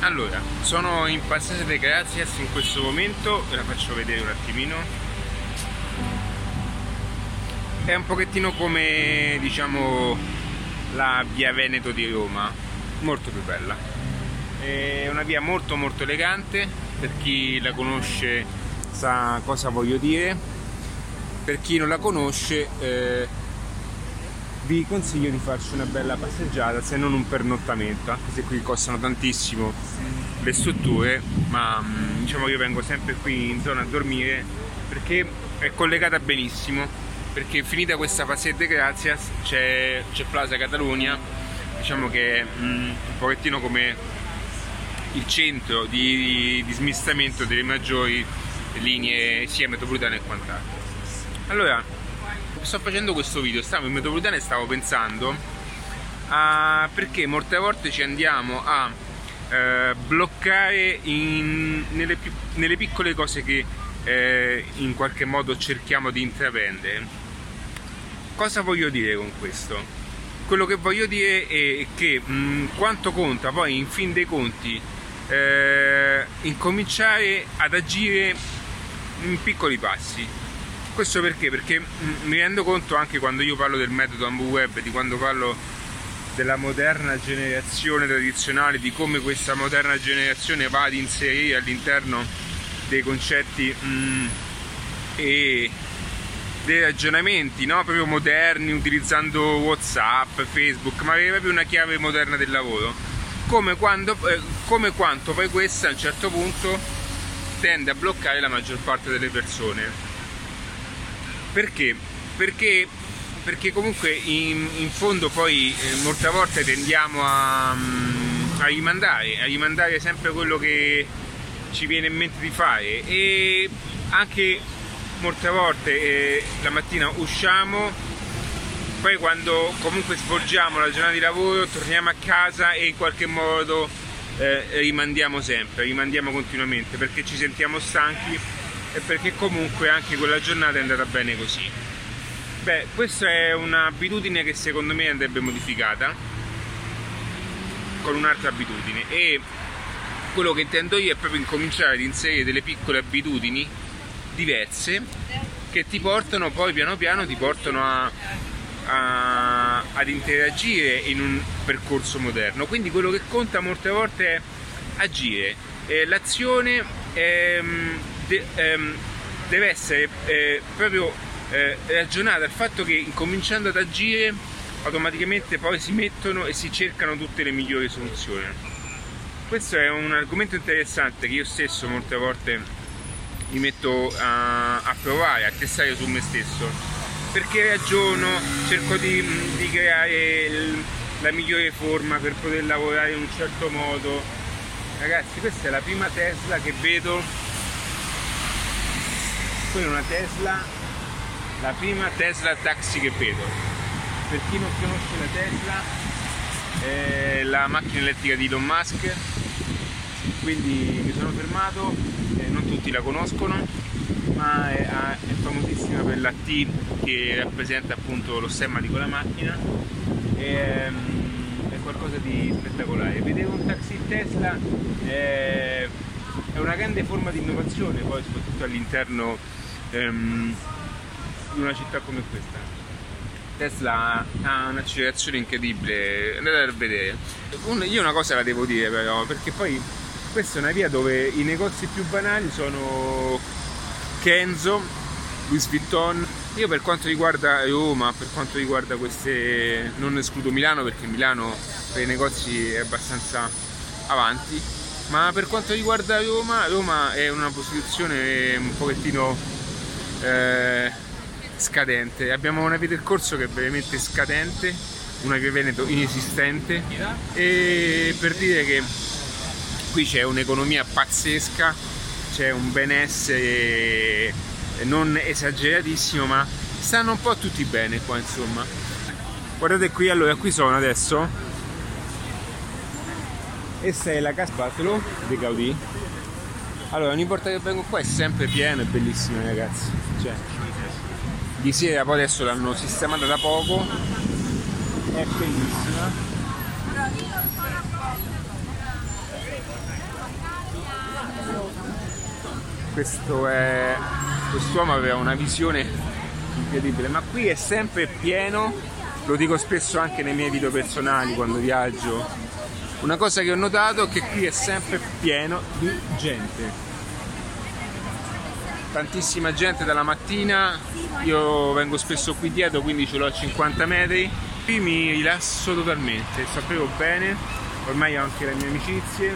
Allora, sono in Paseo de Gracias in questo momento, ve la faccio vedere un attimino. È un pochettino come, diciamo, la via Veneto di Roma, molto più bella. È una via molto molto elegante, per chi la conosce sa cosa voglio dire. Per chi non la conosce, vi consiglio di farci una bella passeggiata, se non un pernottamento, anche se qui costano tantissimo le strutture, ma diciamo io vengo sempre qui in zona a dormire perché è collegata benissimo, perché finita questa Paseo de Gracias c'è Plaza Catalunya, diciamo che è un pochettino come il centro di smistamento delle maggiori linee sia metropolitane e quant'altro. Allora, sto facendo questo video, stavo in metropolitana e stavo pensando perché molte volte ci andiamo a bloccare nelle piccole cose che in qualche modo cerchiamo di intraprendere. Cosa voglio dire con questo? Quello che voglio dire è che quanto conta poi in fin dei conti incominciare ad agire in piccoli passi. Questo perché? Perché mi rendo conto anche quando io parlo del metodo AmbuWeb, di quando parlo della moderna generazione tradizionale, di come questa moderna generazione va ad inserire all'interno dei concetti e dei ragionamenti, no? Proprio moderni, utilizzando WhatsApp, Facebook, ma avere proprio una chiave moderna del lavoro, come quanto poi questa a un certo punto tende a bloccare la maggior parte delle persone. Perché? Perché comunque in fondo poi molte volte tendiamo a rimandare sempre quello che ci viene in mente di fare, e anche molte volte la mattina usciamo, poi quando comunque svolgiamo la giornata di lavoro torniamo a casa e in qualche modo rimandiamo continuamente, perché ci sentiamo stanchi e perché comunque anche quella giornata è andata bene così. Beh, questa è un'abitudine che secondo me andrebbe modificata con un'altra abitudine, e quello che intendo io è proprio incominciare ad inserire delle piccole abitudini diverse che ti portano poi piano piano ad interagire in un percorso moderno. Quindi quello che conta molte volte è agire, l'azione deve essere proprio ragionata, il fatto che incominciando ad agire automaticamente poi si mettono e si cercano tutte le migliori soluzioni. Questo è un argomento interessante che io stesso molte volte mi metto a provare, a testare su me stesso, perché ragiono, cerco di creare la migliore forma per poter lavorare in un certo modo. Ragazzi, questa è la prima Tesla che vedo. Quella è una Tesla, la prima Tesla taxi che vedo. Per chi non conosce la Tesla, è la macchina elettrica di Elon Musk, quindi mi sono fermato, non tutti la conoscono, ma è famosissima per la T che rappresenta appunto lo stemma di quella macchina, è qualcosa di spettacolare. Vedere un taxi Tesla è una grande forma di innovazione, poi soprattutto all'interno di una città come questa. Tesla ha un'accelerazione incredibile, andate a vedere. Io una cosa la devo dire però, perché poi questa è una via dove i negozi più banali sono Kenzo, Louis Vuitton. Io per quanto riguarda Roma, per quanto riguarda queste, non escludo Milano perché Milano per i negozi è abbastanza avanti, ma per quanto riguarda Roma è una posizione un pochettino scadente. Abbiamo una via del corso che è veramente scadente, una via Veneto inesistente, e per dire che qui c'è un'economia pazzesca, c'è un benessere non esageratissimo, ma stanno un po' tutti bene qua, insomma. Guardate qui, allora qui sono adesso, questa è la Casa Batlló di Gaudì. Allora ogni volta che vengo qua è sempre pieno, è bellissimo ragazzi, cioè di sera poi adesso l'hanno sistemata da poco, è bellissima. quest'uomo aveva una visione incredibile, ma qui è sempre pieno, lo dico spesso anche nei miei video personali quando viaggio. Una cosa che ho notato è che qui è sempre pieno di gente, tantissima gente dalla mattina. Io vengo spesso qui dietro, quindi ce l'ho a 50 metri. Qui mi rilasso totalmente, sto proprio bene, ormai ho anche le mie amicizie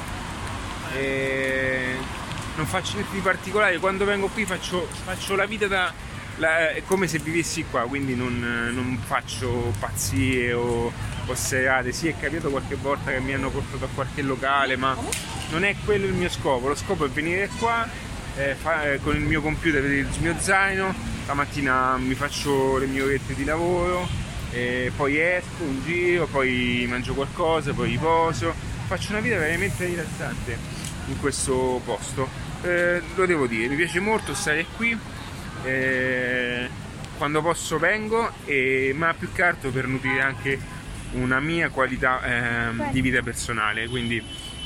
e non faccio niente di particolare. Quando vengo qui faccio la vita come se vivessi qua, quindi non faccio pazzie o serate. Sì, è capitato qualche volta che mi hanno portato a qualche locale, ma non è quello il mio scopo. Lo scopo è venire qua, con il mio computer, vedere il mio zaino, la mattina mi faccio le mie orette di lavoro, poi esco un giro, poi mangio qualcosa, poi riposo. Faccio una vita veramente rilassante in questo posto, lo devo dire, mi piace molto stare qui. Quando posso vengo, ma più che altro per nutrire anche una mia qualità di vita personale. Quindi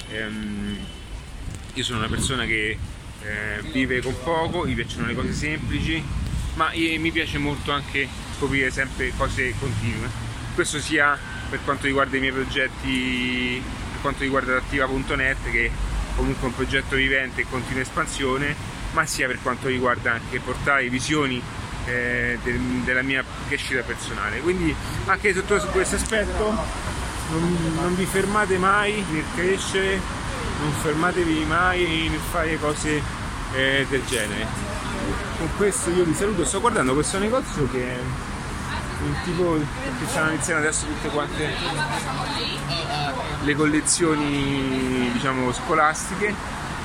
io sono una persona che vive con poco, mi piacciono le cose semplici, ma mi piace molto anche scoprire sempre cose continue. Questo sia per quanto riguarda i miei progetti, per quanto riguarda Attiva.net, che comunque è un progetto vivente e continua espansione, ma sia per quanto riguarda anche portare visioni della mia crescita personale. Quindi anche sotto questo aspetto non vi fermate mai nel crescere, non fermatevi mai nel fare cose del genere. Con questo io vi saluto. Sto guardando questo negozio che è un tipo che stanno iniziando adesso tutte quante le collezioni, diciamo, scolastiche,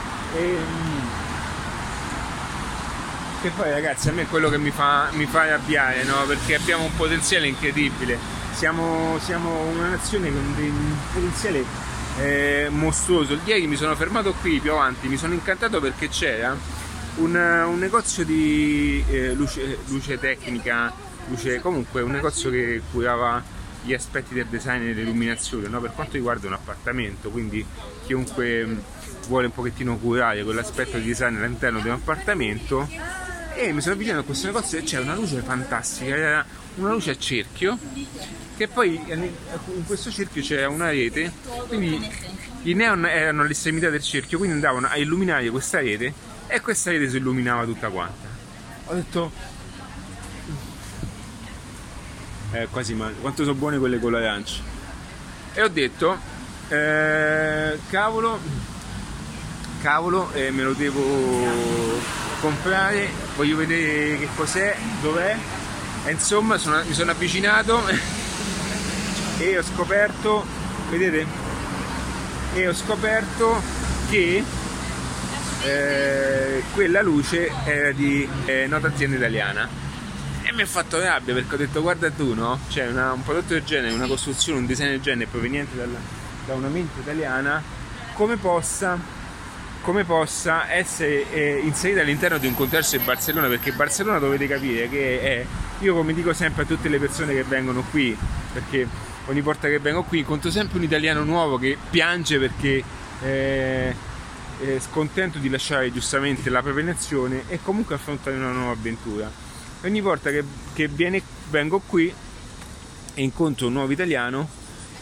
e poi ragazzi, a me è quello che mi fa arrabbiare, no? Perché abbiamo un potenziale incredibile, siamo una nazione con un potenziale mostruoso. Ieri mi sono fermato qui più avanti, mi sono incantato perché c'era un negozio di luce tecnica, comunque un negozio che curava gli aspetti del design e dell'illuminazione, no? Per quanto riguarda un appartamento, quindi chiunque vuole un pochettino curare quell'aspetto di design all'interno di un appartamento. E mi sono avvicinato a questo negozio e c'è una luce fantastica, era una luce a cerchio, che poi in questo cerchio c'era una rete, quindi i neon erano all'estremità del cerchio, quindi andavano a illuminare questa rete e questa rete si illuminava tutta quanta. Ho detto quasi male, quanto sono buone quelle con l'arancia. E ho detto cavolo, me lo devo comprare, voglio vedere che cos'è, dov'è. E insomma mi sono avvicinato e ho scoperto, vedete? E ho scoperto che quella luce era di nota azienda italiana. E mi ha fatto rabbia, perché ho detto guarda tu, no? Cioè un prodotto del genere, una costruzione, un design del genere proveniente da una mente italiana, come possa essere inserita all'interno di un contesto di Barcellona, perché Barcellona dovete capire che è, io come dico sempre a tutte le persone che vengono qui, perché ogni volta che vengo qui incontro sempre un italiano nuovo che piange perché è scontento di lasciare giustamente la propria nazione e comunque affrontare una nuova avventura. Ogni volta che vengo qui e incontro un nuovo italiano,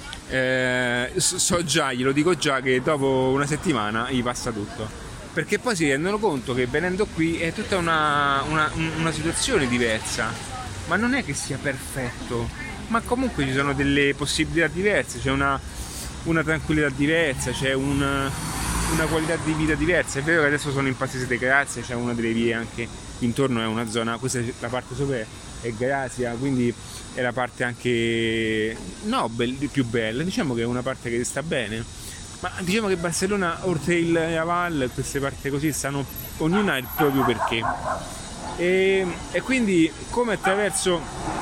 so già, glielo dico già, che dopo una settimana gli passa tutto, perché poi si rendono conto che venendo qui è tutta una situazione diversa, ma non è che sia perfetto, ma comunque ci sono delle possibilità diverse, c'è una tranquillità diversa, c'è una qualità di vita diversa. È vero che adesso sono in Paseo de Gracia, c'è una delle vie anche intorno, è una zona, questa è la parte sopra è Gracia, quindi è la parte anche più bella, diciamo che è una parte che sta bene, ma diciamo che Barcellona, oltre il Raval, queste parti così ognuna ha il proprio perché, e quindi come attraverso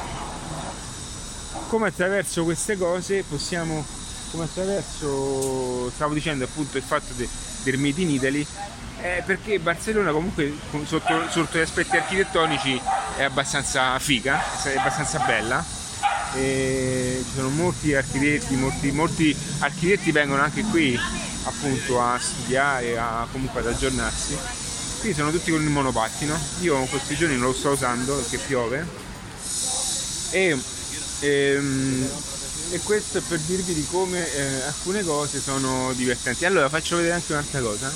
queste cose possiamo, stavo dicendo appunto il fatto del Made in Italy, perché Barcellona comunque sotto gli aspetti architettonici è abbastanza figa, è abbastanza bella, e ci sono molti architetti vengono anche qui appunto a studiare, comunque ad aggiornarsi, Qui sono tutti con il monopattino. Io questi giorni non lo sto usando perché piove e questo è per dirvi di come alcune cose sono divertenti. Allora faccio vedere anche un'altra cosa.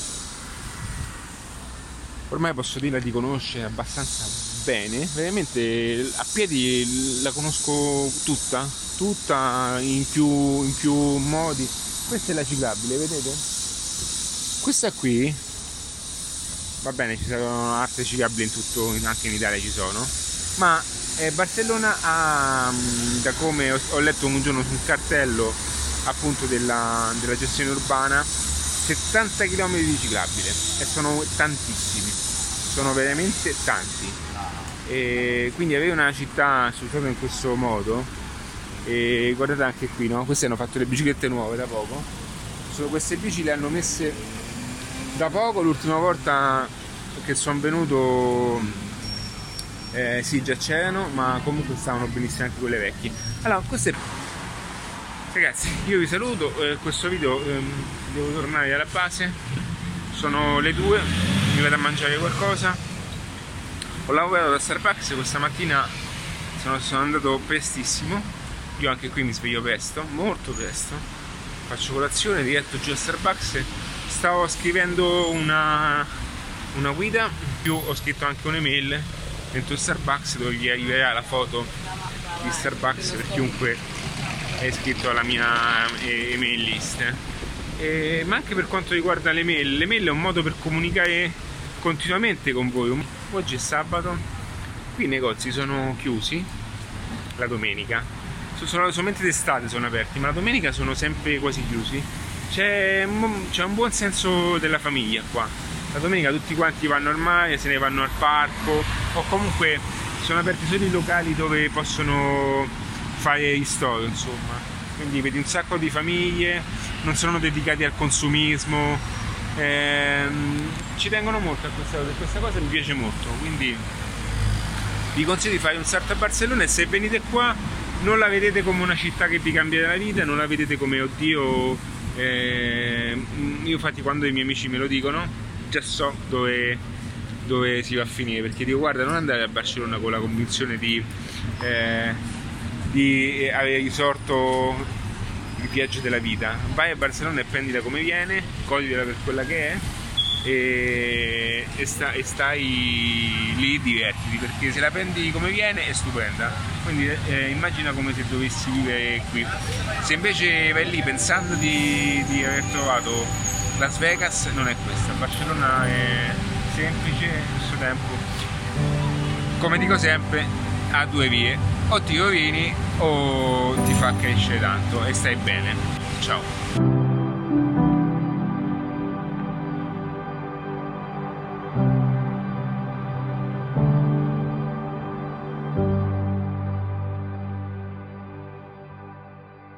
Ormai posso dire di conoscere abbastanza bene, veramente a piedi la conosco tutta in più modi. Questa è la ciclabile, vedete? Questa qui, va bene, ci sono altre ciclabili anche in Italia ci sono, ma Barcellona ha, da come ho letto un giorno sul cartello appunto della gestione urbana, 70 km di ciclabile e sono tantissimi, sono veramente tanti, e quindi avere una città strutturata in questo modo, e guardate anche qui, no? Queste hanno fatto le biciclette nuove da poco, queste bici le hanno messe da poco, l'ultima volta che sono venuto sì, già c'erano, ma comunque stavano benissimo anche quelle vecchie. Allora, ragazzi, io vi saluto, questo video devo tornare alla base, sono le 2, mi vado a mangiare qualcosa. Ho lavorato da Starbucks questa mattina, sono andato prestissimo, io anche qui mi sveglio presto, molto presto, faccio colazione diretto giù a Starbucks, stavo scrivendo una guida, in più ho scritto anche un'email dentro Starbucks dove gli arriverà la foto di Starbucks per chiunque è iscritto alla mia email list. Ma anche per quanto riguarda l'email è un modo per comunicare continuamente con voi. Oggi è sabato, qui i negozi sono chiusi la domenica, solamente d'estate sono aperti, ma la domenica sono sempre quasi chiusi. C'è un buon senso della famiglia qua. La domenica tutti quanti vanno al mare, se ne vanno al parco, o comunque sono aperti solo i locali dove possono fare ristoro, insomma. Quindi vedi un sacco di famiglie, non sono dedicati al consumismo, ci tengono molto a questa cosa, e questa cosa mi piace molto, quindi vi consiglio di fare un salto a Barcellona, e se venite qua non la vedete come una città che vi cambierà la vita, non la vedete come oddio, io infatti quando i miei amici me lo dicono già so dove si va a finire, perché dico guarda, non andare a Barcellona con la convinzione di aver risorto il viaggio della vita. Vai a Barcellona e prendila come viene, goditela per quella che è, e stai lì, divertiti, perché se la prendi come viene è stupenda. Quindi immagina come se dovessi vivere qui. Se invece vai lì pensando di aver trovato Las Vegas, non è questa. Barcellona è semplice, allo stesso tempo, come dico sempre, ha due vie: o ti rovini o ti fa crescere tanto e stai bene. Ciao.